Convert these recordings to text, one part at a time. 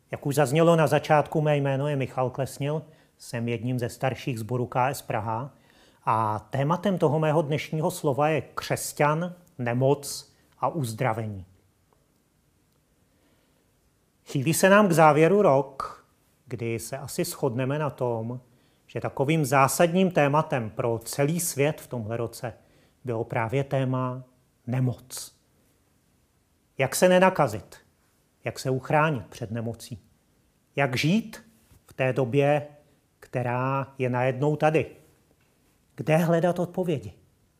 Jak už zaznělo na začátku, mé jméno je Michal Klesnil, jsem jedním ze starších sborů KS Praha a tématem toho mého dnešního slova je křesťan, nemoc a uzdravení. Chýlí se nám k závěru rok, kdy se asi shodneme na tom, že takovým zásadním tématem pro celý svět v tomhle roce bylo právě téma nemoc. Jak se nenakazit? Jak se uchránit před nemocí? Jak žít v té době, která je najednou tady? Kde hledat odpovědi?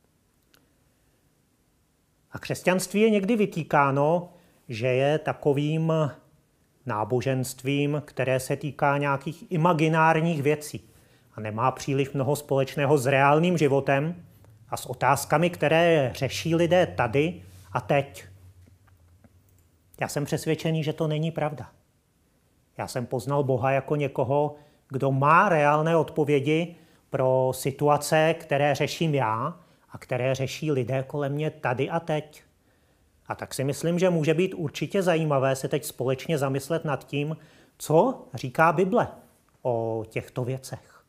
A křesťanství je někdy vytýkáno, že je takovým náboženstvím, které se týká nějakých imaginárních věcí a nemá příliš mnoho společného s reálným životem a s otázkami, které řeší lidé tady a teď. Já jsem přesvědčený, že to není pravda. Já jsem poznal Boha jako někoho, kdo má reálné odpovědi pro situace, které řeším já a které řeší lidé kolem mě tady a teď. A tak si myslím, že může být určitě zajímavé se teď společně zamyslet nad tím, co říká Bible o těchto věcech.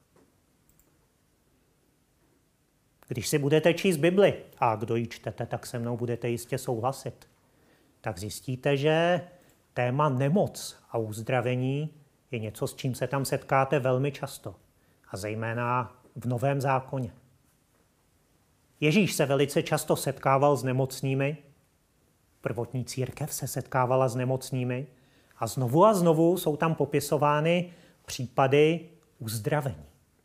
Když si budete číst Bibli, a kdo ji čtete, tak se mnou budete jistě souhlasit, tak zjistíte, že téma nemoc a uzdravení je něco, s čím se tam setkáte velmi často, a zejména v Novém zákoně. Ježíš se velice často setkával s nemocnými, prvotní církev se setkávala s nemocnými a znovu jsou tam popisovány případy uzdravení.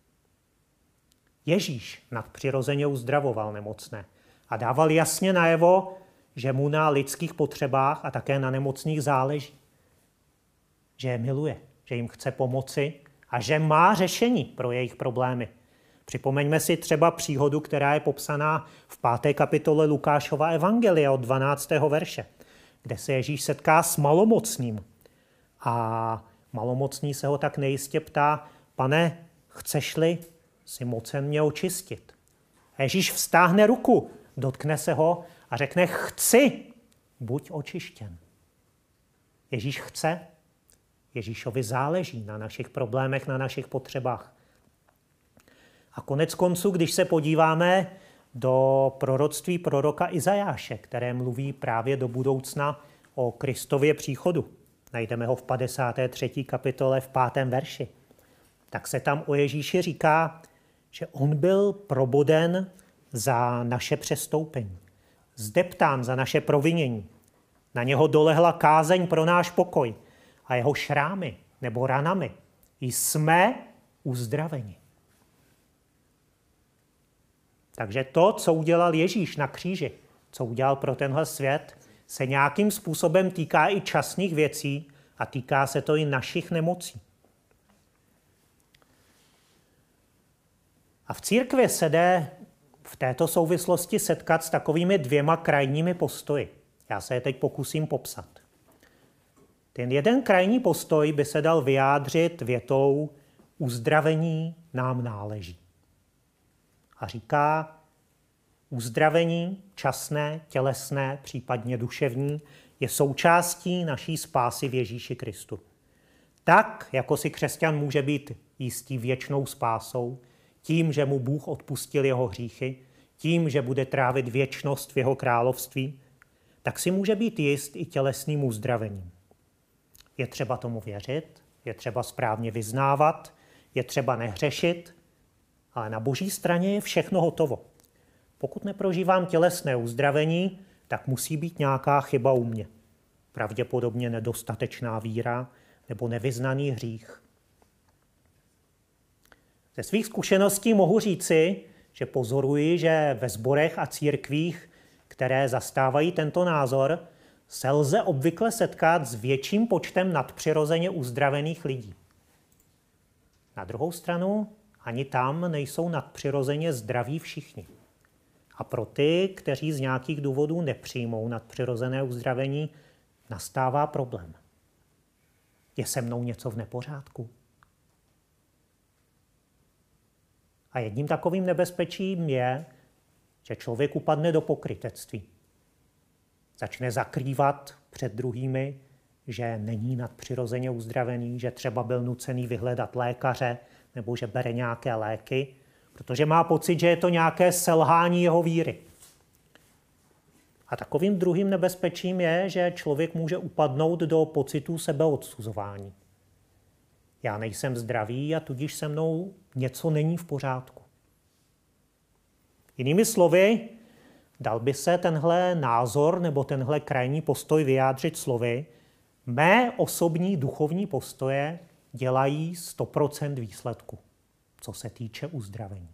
Ježíš nadpřirozeně uzdravoval nemocné a dával jasně najevo, že mu na lidských potřebách a také na nemocných záleží. Že je miluje, že jim chce pomoci a že má řešení pro jejich problémy. Připomeňme si třeba příhodu, která je popsaná v 5. kapitole Lukášova evangelia od 12. verše, kde se Ježíš setká s malomocným. A malomocný se ho tak nejistě ptá: Pane, chceš-li si mocen mě očistit? A Ježíš vztáhne ruku, dotkne se ho a řekne: chci, buď očištěn. Ježíš chce, Ježíšovi záleží na našich problémech, na našich potřebách. A konec konců, když se podíváme do proroctví proroka Izajáše, které mluví právě do budoucna o Kristově příchodu, najdeme ho v 53. kapitole v 5. verši, tak se tam o Ježíši říká, že on byl proboden za naše přestoupení, zdeptán za naše provinění. Na něho dolehla kázeň pro náš pokoj a jeho šrámy nebo ranami jsme uzdraveni. Takže to, co udělal Ježíš na kříži, co udělal pro tenhle svět, se nějakým způsobem týká i časných věcí a týká se to i našich nemocí. A v církvi se jde v této souvislosti setkat s takovými dvěma krajními postoji. Já se je teď pokusím popsat. Ten jeden krajní postoj by se dal vyjádřit větou: uzdravení nám náleží. A říká, uzdravení časné, tělesné, případně duševní, je součástí naší spásy v Ježíši Kristu. Tak, jako si křesťan může být jistý věčnou spásou, tím, že mu Bůh odpustil jeho hříchy, tím, že bude trávit věčnost v jeho království, tak si může být jist i tělesným uzdravením. Je třeba tomu věřit, je třeba správně vyznávat, je třeba nehřešit, ale na Boží straně je všechno hotovo. Pokud neprožívám tělesné uzdravení, tak musí být nějaká chyba u mě. Pravděpodobně nedostatečná víra nebo nevyznaný hřích. Ze svých zkušeností mohu říci, že pozoruji, že ve sborech a církvích, které zastávají tento názor, se lze obvykle setkat s větším počtem nadpřirozeně uzdravených lidí. Na druhou stranu, ani tam nejsou nadpřirozeně zdraví všichni. A pro ty, kteří z nějakých důvodů nepřijmou nadpřirozené uzdravení, nastává problém. Je se mnou něco v nepořádku? A jedním takovým nebezpečím je, že člověk upadne do pokrytectví. Začne zakrývat před druhými že není nadpřirozeně uzdravený, že třeba byl nucený vyhledat lékaře nebo že bere nějaké léky, protože má pocit, že je to nějaké selhání jeho víry. A takovým druhým nebezpečím je, že člověk může upadnout do pocitů sebeodsuzování. Já nejsem zdravý a tudíž se mnou něco není v pořádku. Jinými slovy, dal by se tenhle názor nebo tenhle krajní postoj vyjádřit slovy: mé osobní duchovní postoje dělají 100% výsledku, co se týče uzdravení.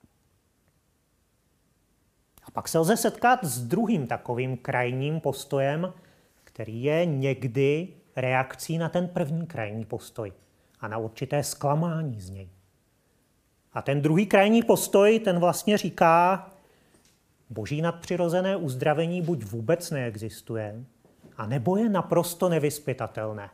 A pak se lze setkat s druhým takovým krajním postojem, který je někdy reakcí na ten první krajní postoj a na určité zklamání z něj. A ten druhý krajní postoj, ten vlastně říká: boží nadpřirozené uzdravení buď vůbec neexistuje, anebo je naprosto nevyzpytatelné.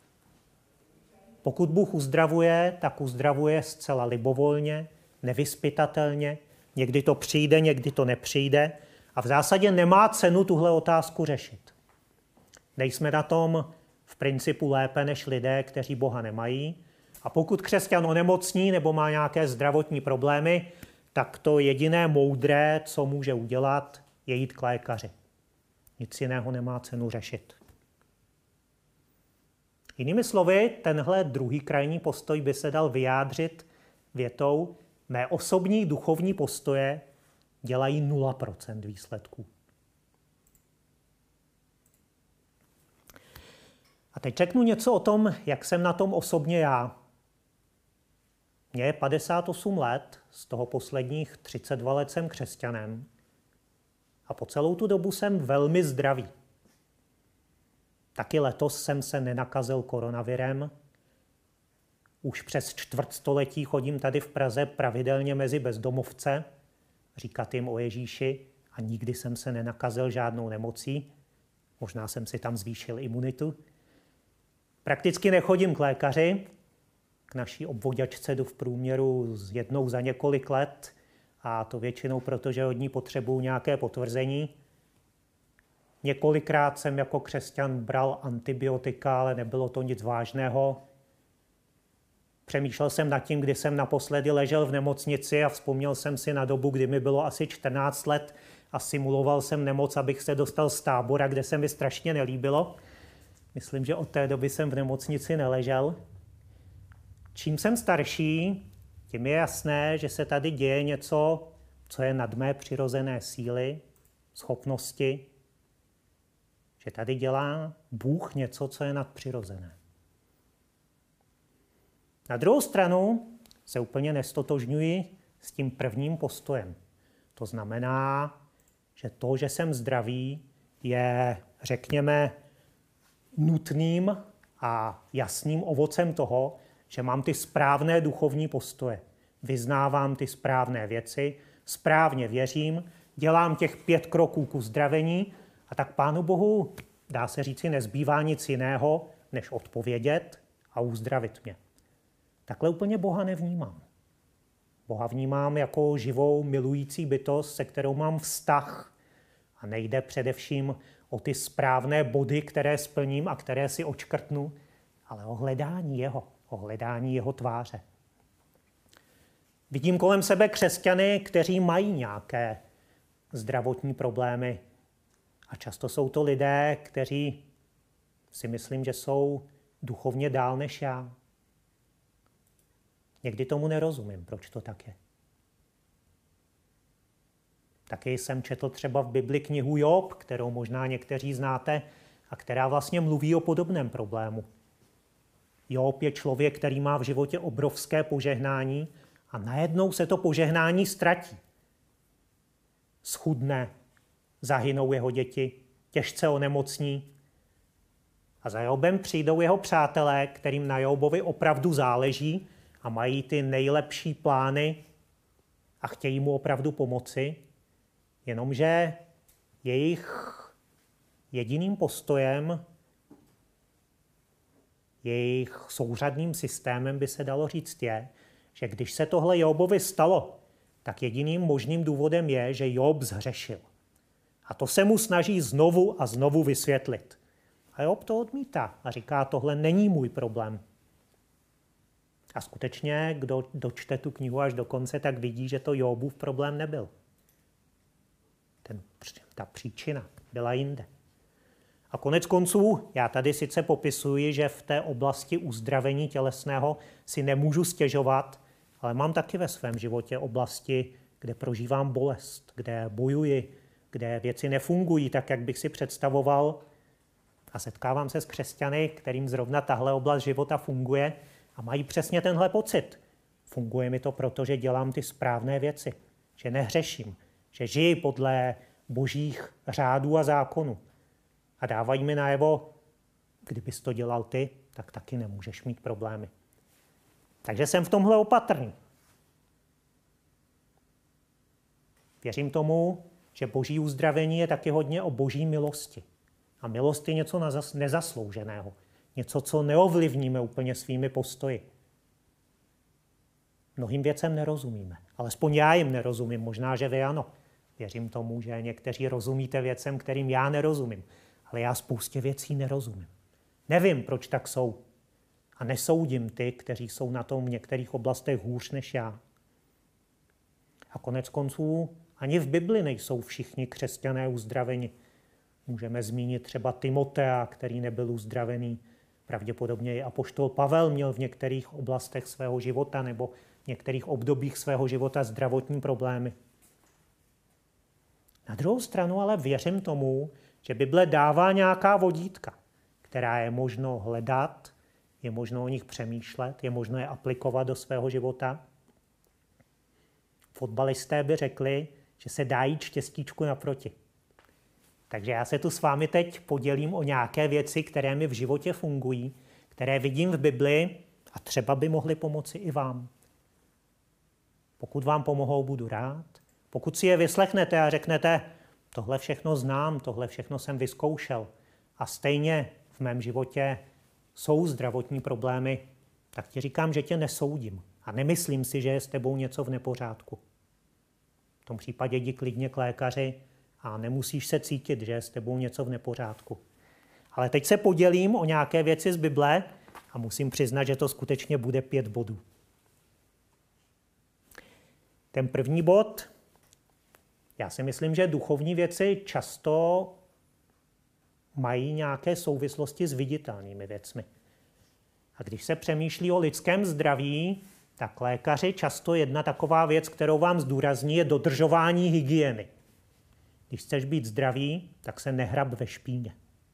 Pokud Bůh uzdravuje, tak uzdravuje zcela libovolně, nevyzpytatelně, někdy to přijde, někdy to nepřijde a v zásadě nemá cenu tuhle otázku řešit. Nejsme na tom v principu lépe než lidé, kteří Boha nemají. A pokud křesťan onemocní nebo má nějaké zdravotní problémy, tak to jediné moudré, co může udělat, je jít k lékaři. Nic jiného nemá cenu řešit. Jinými slovy, tenhle druhý krajní postoj by se dal vyjádřit větou: mé osobní duchovní postoje dělají 0% výsledků. A teď řeknu něco o tom, jak jsem na tom osobně já. Mně je 58 let, z toho posledních 32 let jsem křesťanem a po celou tu dobu jsem velmi zdravý. Taky letos jsem se nenakazil koronavirem. Už přes čtvrtstoletí chodím tady v Praze pravidelně mezi bezdomovce, říkat jim o Ježíši a nikdy jsem se nenakazil žádnou nemocí. Možná jsem si tam zvýšil imunitu. Prakticky nechodím k lékaři. K naší obvoďačce jdu v průměru jednou za několik let a to většinou proto, že od ní potřebuju nějaké potvrzení. Několikrát jsem jako křesťan bral antibiotika, ale nebylo to nic vážného. Přemýšlel jsem nad tím, kdy jsem naposledy ležel v nemocnici a vzpomněl jsem si na dobu, kdy mi bylo asi 14 let a simuloval jsem nemoc, abych se dostal z tábora, kde se mi strašně nelíbilo. Myslím, že od té doby jsem v nemocnici neležel. Čím jsem starší, tím je jasné, že se tady děje něco, co je nad mé přirozené síly, schopnosti, že tady dělá Bůh něco, co je nadpřirozené. Na druhou stranu se úplně nestotožňuji s tím prvním postojem. To znamená, že to, že jsem zdravý, je, řekněme, nutným a jasným ovocem toho, že mám ty správné duchovní postoje. Vyznávám ty správné věci, správně věřím, dělám těch 5 kroků k uzdravení a tak Pánu Bohu, dá se říci, nezbývá nic jiného, než odpovědět a uzdravit mě. Takhle úplně Boha nevnímám. Boha vnímám jako živou, milující bytost, se kterou mám vztah. A nejde především o ty správné body, které splním a které si odškrtnu, ale o hledání jeho tváře. Vidím kolem sebe křesťany, kteří mají nějaké zdravotní problémy. A často jsou to lidé, kteří si myslím, že jsou duchovně dál než já. Někdy tomu nerozumím, proč to tak je. Taky jsem četl třeba v Bibli knihu Job, kterou možná někteří znáte, a která vlastně mluví o podobném problému. Job je člověk, který má v životě obrovské požehnání a najednou se to požehnání ztratí. Schudne, zahynou jeho děti, těžce onemocní a za Jobem přijdou jeho přátelé, kterým na Jobovi opravdu záleží a mají ty nejlepší plány a chtějí mu opravdu pomoci, jenomže jejich jediným postojem, jejich souřadným systémem by se dalo říct je, že když se tohle Jobovi stalo, tak jediným možným důvodem je, že Job zhřešil. A to se mu snaží znovu a znovu vysvětlit. A Job to odmítá a říká, tohle není můj problém. A skutečně, kdo dočte tu knihu až do konce, tak vidí, že to Jobův problém nebyl. Ta příčina byla jinde. A konec konců, já tady sice popisuji, že v té oblasti uzdravení tělesného si nemůžu stěžovat, ale mám taky ve svém životě oblasti, kde prožívám bolest, kde bojuji, kde věci nefungují tak, jak bych si představoval. A setkávám se s křesťany, kterým zrovna tahle oblast života funguje a mají přesně tenhle pocit. Funguje mi to proto, že dělám ty správné věci, že nehřeším, že žiji podle božích řádů a zákonů. A dávají mi najevo, kdybys to dělal ty, tak taky nemůžeš mít problémy. Takže jsem v tomhle opatrný. Věřím tomu, že boží uzdravení je taky hodně o boží milosti. A milost je něco nezaslouženého. Něco, co neovlivníme úplně svými postoji. Mnohým věcem nerozumíme. Alespoň já jim nerozumím. Možná, že vy ano. Věřím tomu, že někteří rozumíte věcem, kterým já nerozumím. Ale já spoustě věcí nerozumím. Nevím, proč tak jsou. A nesoudím ty, kteří jsou na tom v některých oblastech hůř než já. A konec konců ani v Bibli nejsou všichni křesťané uzdraveni. Můžeme zmínit třeba Timotea, který nebyl uzdravený. Pravděpodobně i apoštol Pavel měl v některých oblastech svého života nebo v některých obdobích svého života zdravotní problémy. Na druhou stranu ale věřím tomu, že Bible dává nějaká vodítka, která je možno hledat, je možno o nich přemýšlet, je možno je aplikovat do svého života. Fotbalisté by řekli, že se dá jít štěstíčku naproti. Takže já se tu s vámi teď podělím o nějaké věci, které mi v životě fungují, které vidím v Bibli a třeba by mohly pomoci i vám. Pokud vám pomohou, budu rád. Pokud si je vyslechnete a řeknete, tohle všechno znám, tohle všechno jsem vyzkoušel a stejně v mém životě jsou zdravotní problémy, tak ti říkám, že tě nesoudím a nemyslím si, že je s tebou něco v nepořádku. V tom případě jdi klidně k lékaři a nemusíš se cítit, že je s tebou něco v nepořádku. Ale teď se podělím o nějaké věci z Bible a musím přiznat, že to skutečně bude 5 bodů. Ten první bod, já si myslím, že duchovní věci často mají nějaké souvislosti s viditelnými věcmi. A když se přemýšlí o lidském zdraví, tak lékaři často jedna taková věc, kterou vám zdůrazní, je dodržování hygieny. Když chceš být zdravý, tak se nehrab ve špíně.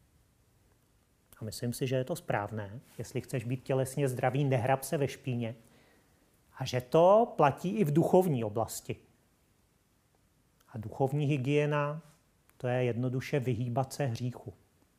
A myslím si, že je to správné. Jestli chceš být tělesně zdravý, nehrab se ve špíně. A že to platí i v duchovní oblasti. A duchovní hygiena, to je jednoduše vyhýbat se hříchu.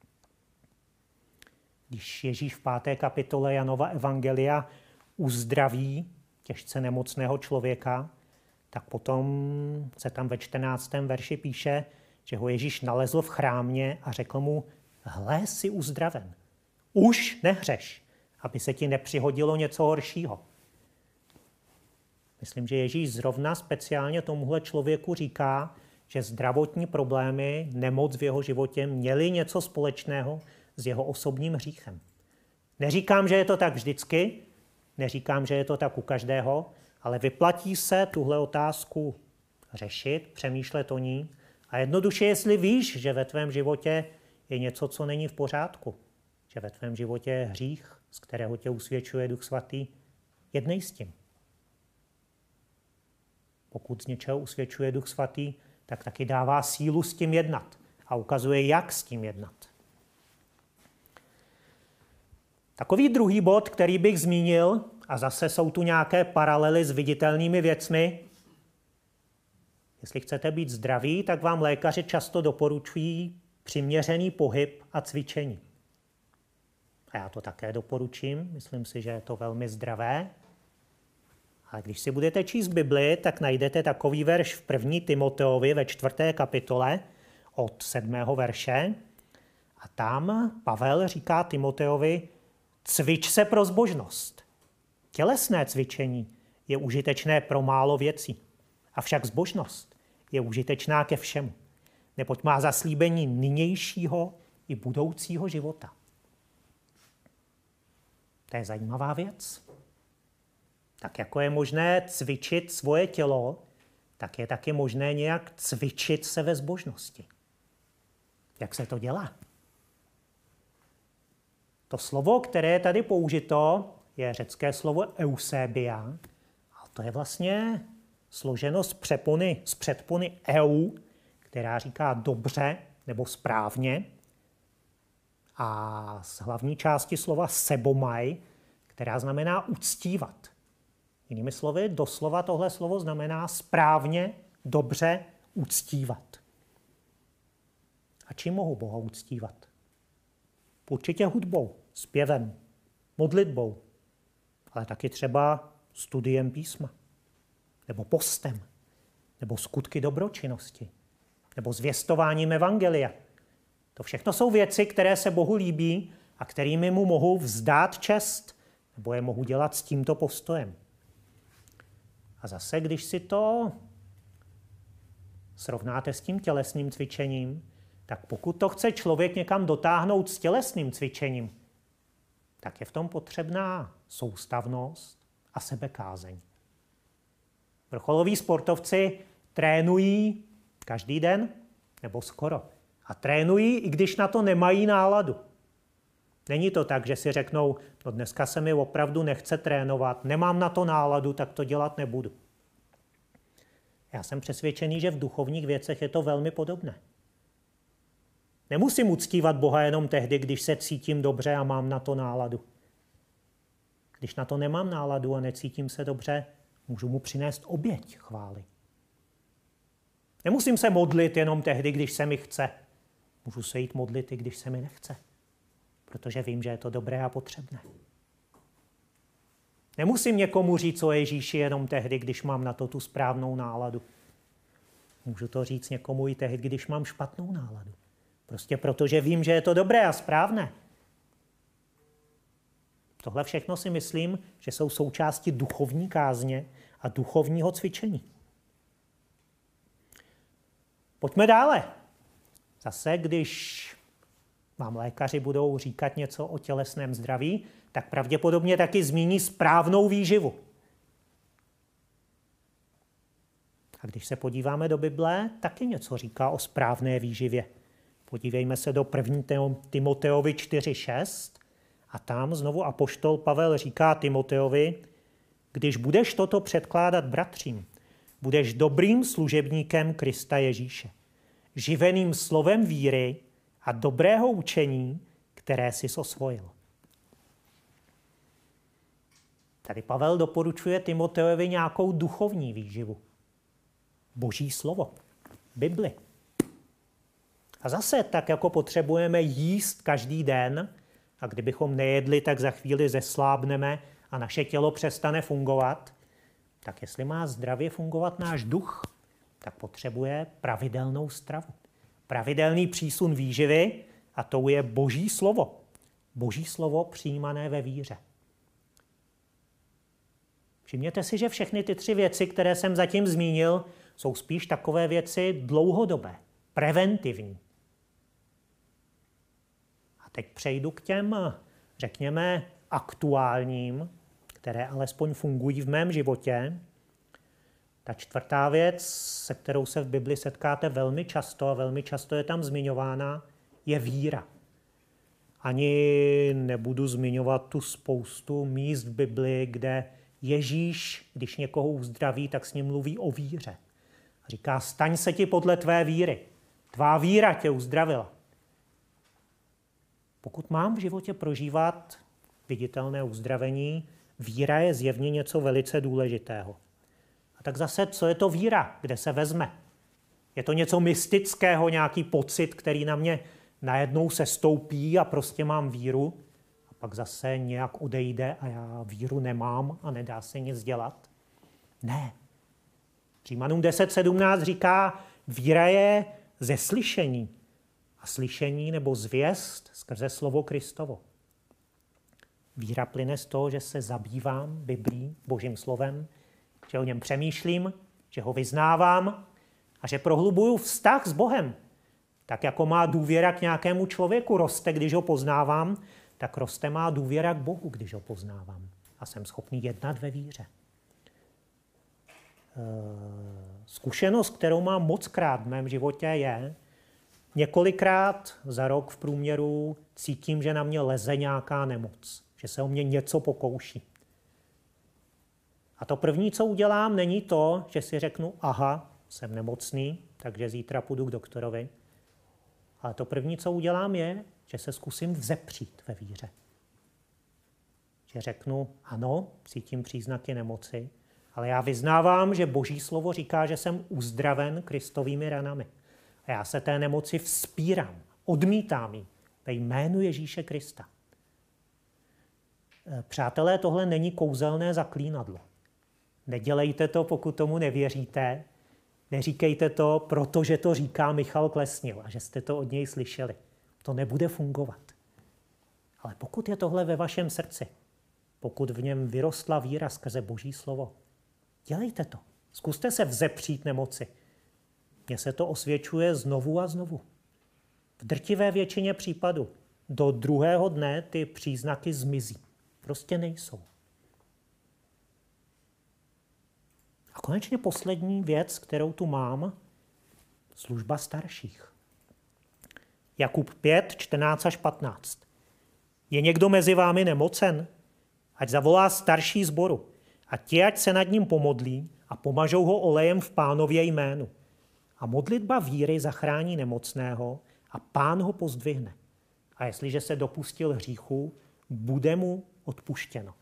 Když Ježíš v 5. kapitole Janova evangelia uzdraví těžce nemocného člověka, tak potom se tam ve 14. verši píše, že ho Ježíš nalezl v chrámě a řekl mu, hle, jsi uzdraven. Už nehřeš, aby se ti nepřihodilo něco horšího. Myslím, že Ježíš zrovna speciálně tomuhle člověku říká, že zdravotní problémy, nemoc v jeho životě měly něco společného s jeho osobním hříchem. Neříkám, že je to tak vždycky, neříkám, že je to tak u každého, ale vyplatí se tuhle otázku řešit, přemýšlet o ní a jednoduše, jestli víš, že ve tvém životě je něco, co není v pořádku, že ve tvém životě je hřích, z kterého tě usvědčuje Duch Svatý, jednej s tím. Pokud z něčeho usvědčuje Duch Svatý, tak taky dává sílu s tím jednat a ukazuje, jak s tím jednat. Takový druhý bod, který bych zmínil, a zase jsou tu nějaké paralely s viditelnými věcmi. Jestli chcete být zdraví, tak vám lékaři často doporučují přiměřený pohyb a cvičení. A já to také doporučím, myslím si, že je to velmi zdravé. Ale když si budete číst Bibli, tak najdete takový verš v 1. Timoteovi ve 4. kapitole od 7. verše. A tam Pavel říká Timoteovi, cvič se pro zbožnost. Tělesné cvičení je užitečné pro málo věcí, avšak zbožnost je užitečná ke všemu, neboť má zaslíbení nynějšího i budoucího života. To je zajímavá věc. Tak jako je možné cvičit svoje tělo, tak je taky možné nějak cvičit se ve zbožnosti. Jak se to dělá? To slovo, které je tady použito, je řecké slovo eusebia. A to je vlastně složeno z předpony eu, která říká dobře nebo správně, a z hlavní části slova sebomai, která znamená uctívat. Jinými slovy, doslova tohle slovo znamená správně, dobře uctívat. A čím mohu Boha uctívat? Určitě hudbou, zpěvem, modlitbou, ale taky třeba studiem písma, nebo postem, nebo skutky dobročinnosti, nebo zvěstováním evangelia. To všechno jsou věci, které se Bohu líbí a kterými mu mohu vzdát čest, nebo je mohu dělat s tímto postojem. A zase, když si to srovnáte s tím tělesným cvičením, tak pokud to chce člověk někam dotáhnout s tělesným cvičením, tak je v tom potřebná soustavnost a sebekázeň. Vrcholoví sportovci trénují každý den, nebo skoro. A trénují, i když na to nemají náladu. Není to tak, že si řeknou, no dneska se mi opravdu nechce trénovat, nemám na to náladu, tak to dělat nebudu. Já jsem přesvědčený, že v duchovních věcech je to velmi podobné. Nemusím uctívat Boha jenom tehdy, když se cítím dobře a mám na to náladu. Když na to nemám náladu a necítím se dobře, můžu mu přinést oběť chvály. Nemusím se modlit jenom tehdy, když se mi chce. Můžu se jít modlit, i když se mi nechce. Protože vím, že je to dobré a potřebné. Nemusím někomu říct o Ježíši jenom tehdy, když mám na to tu správnou náladu. Můžu to říct někomu i tehdy, když mám špatnou náladu. Prostě protože vím, že je to dobré a správné. Tohle všechno si myslím, že jsou součástí duchovní kázně a duchovního cvičení. Pojďme dále. Zase, když vám lékaři budou říkat něco o tělesném zdraví, tak pravděpodobně taky zmíní správnou výživu. A když se podíváme do Bible, taky něco říká o správné výživě. Podívejme se do 1. Timoteovi 4:6 a tam znovu apoštol Pavel říká Timoteovi, když budeš toto předkládat bratřím, budeš dobrým služebníkem Krista Ježíše, živeným slovem víry a dobrého učení, které jsi osvojil. Tady Pavel doporučuje Timoteovi nějakou duchovní výživu. Boží slovo, Bibli. A zase tak, jako potřebujeme jíst každý den, a kdybychom nejedli, tak za chvíli zeslábneme a naše tělo přestane fungovat, tak jestli má zdravě fungovat náš duch, tak potřebuje pravidelnou stravu. Pravidelný přísun výživy a to je Boží slovo. Boží slovo přijímané ve víře. Všimněte si, že všechny ty 3 věci, které jsem zatím zmínil, jsou spíš takové věci dlouhodobé, preventivní. A teď přejdu k těm, řekněme, aktuálním, které alespoň fungují v mém životě. Ta 4. věc, se kterou se v Bibli setkáte velmi často a velmi často je tam zmiňována, je víra. Ani nebudu zmiňovat tu spoustu míst v Bibli, kde Ježíš, když někoho uzdraví, tak s ním mluví o víře. Říká, staň se ti podle tvé víry. Tvá víra tě uzdravila. Pokud mám v životě prožívat viditelné uzdravení, víra je zjevně něco velice důležitého. A tak zase, co je to víra? Kde se vezme? Je to něco mystického, nějaký pocit, který na mě najednou se stoupí a prostě mám víru a pak zase nějak odejde a já víru nemám a nedá se nic dělat? Ne. Římanům 10:17 říká, víra je ze slyšení. A slyšení nebo zvěst skrze slovo Kristovo. Víra plyne z toho, že se zabývám Biblí, Božím slovem, že o něm přemýšlím, že ho vyznávám a že prohlubuju vztah s Bohem. Tak jako má důvěra k nějakému člověku roste, když ho poznávám, tak roste má důvěra k Bohu, když ho poznávám. A jsem schopný jednat ve víře. Zkušenost, kterou mám mockrát v mém životě, je, několikrát za rok v průměru cítím, že na mě leze nějaká nemoc, že se o mě něco pokouší. A to první, co udělám, není to, že si řeknu, aha, jsem nemocný, takže zítra půjdu k doktorovi. Ale to první, co udělám, je, že se zkusím vzepřít ve víře. Že řeknu, ano, cítím příznaky nemoci, ale já vyznávám, že Boží slovo říká, že jsem uzdraven Kristovými ranami. A já se té nemoci vzpírám, odmítám ji ve jménu Ježíše Krista. Přátelé, tohle není kouzelné zaklínadlo. Nedělejte to, pokud tomu nevěříte. Neříkejte to, protože to říká Michal Klesnil a že jste to od něj slyšeli. To nebude fungovat. Ale pokud je tohle ve vašem srdci, pokud v něm vyrostla víra skrze Boží slovo, dělejte to. Zkuste se vzepřít nemoci. Mně se to osvědčuje znovu a znovu. V drtivé většině případů do druhého dne ty příznaky zmizí. Prostě nejsou. A konečně poslední věc, kterou tu mám, služba starších. Jakub 5, 14 až 15. Je někdo mezi vámi nemocen? Ať zavolá starší sboru a ti, ať se nad ním pomodlí a pomažou ho olejem v Pánově jménu. A modlitba víry zachrání nemocného a Pán ho pozdvihne. A jestliže se dopustil hříchu, bude mu odpuštěno.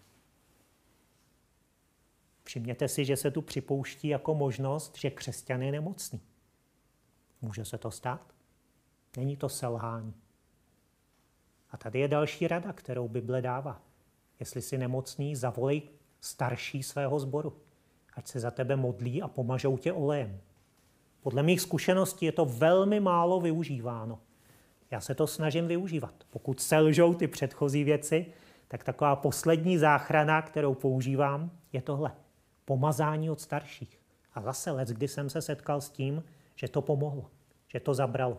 Všimněte si, že se tu připouští jako možnost, že křesťan je nemocný. Může se to stát? Není to selhání. A tady je další rada, kterou Bible dává. Jestli jsi nemocný, zavolej starší svého sboru. Ať se za tebe modlí a pomažou tě olejem. Podle mých zkušeností je to velmi málo využíváno. Já se to snažím využívat. Pokud selžou ty předchozí věci, tak taková poslední záchrana, kterou používám, je tohle. Pomazání od starších. A zase kdy jsem se setkal s tím, že to pomohlo, že to zabralo.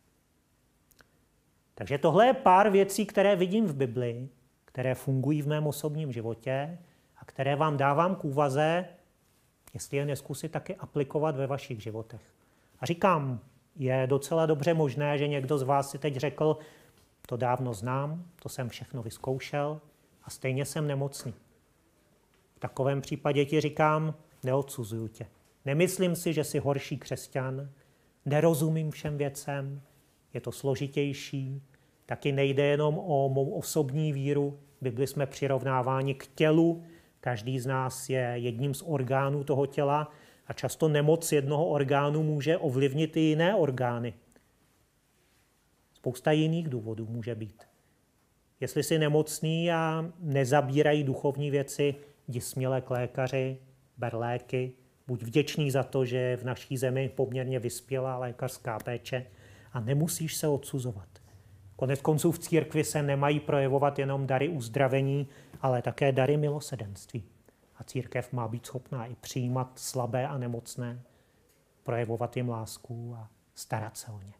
Takže tohle je pár věcí, které vidím v Biblii, které fungují v mém osobním životě a které vám dávám k úvaze, jestli je neskusit taky aplikovat ve vašich životech. A říkám, je docela dobře možné, že někdo z vás si teď řekl, to dávno znám, to jsem všechno vyzkoušel a stejně jsem nemocný. V takovém případě ti říkám, neodsuzuju tě. Nemyslím si, že jsi horší křesťan, nerozumím všem věcem, je to složitější, taky nejde jenom o mou osobní víru, v Bibli jsme přirovnáváni k tělu, každý z nás je jedním z orgánů toho těla a často nemoc jednoho orgánu může ovlivnit i jiné orgány. Spousta jiných důvodů může být. Jestli jsi nemocný a nezabírají duchovní věci, jdi směle k lékaři, ber léky, buď vděčný za to, že je v naší zemi poměrně vyspělá lékařská péče a nemusíš se odsuzovat. Konec konců v církvi se nemají projevovat jenom dary uzdravení, ale také dary milosedenství. A církev má být schopná i přijímat slabé a nemocné, projevovat jim lásku a starat se o ně.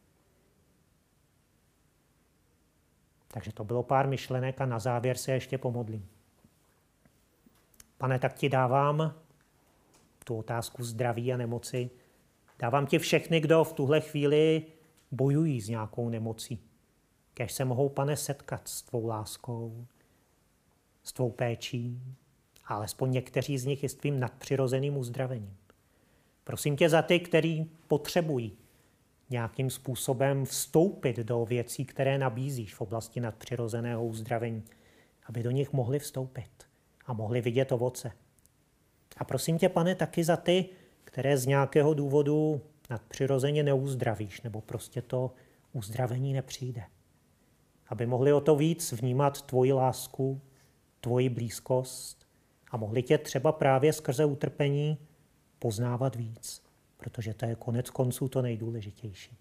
Takže to bylo pár myšlenek a na závěr se ještě pomodlím. Pane, tak ti dávám tu otázku zdraví a nemoci. Dávám ti všechny, kdo v tuhle chvíli bojují s nějakou nemocí. Kéž se mohou, Pane, setkat s tvou láskou, s tvou péčí, a alespoň někteří z nich i s tvým nadpřirozeným uzdravením. Prosím tě za ty, kteří potřebují nějakým způsobem vstoupit do věcí, které nabízíš v oblasti nadpřirozeného uzdravení, aby do nich mohli vstoupit a mohli vidět ovoce. A prosím tě, Pane, taky za ty, které z nějakého důvodu nadpřirozeně neuzdravíš, nebo prostě to uzdravení nepřijde. Aby mohli o to víc vnímat tvoji lásku, tvoji blízkost a mohli tě třeba právě skrze utrpení poznávat víc, protože to je konec konců to nejdůležitější.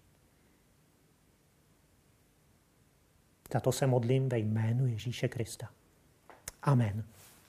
Za to se modlím ve jménu Ježíše Krista. Amen.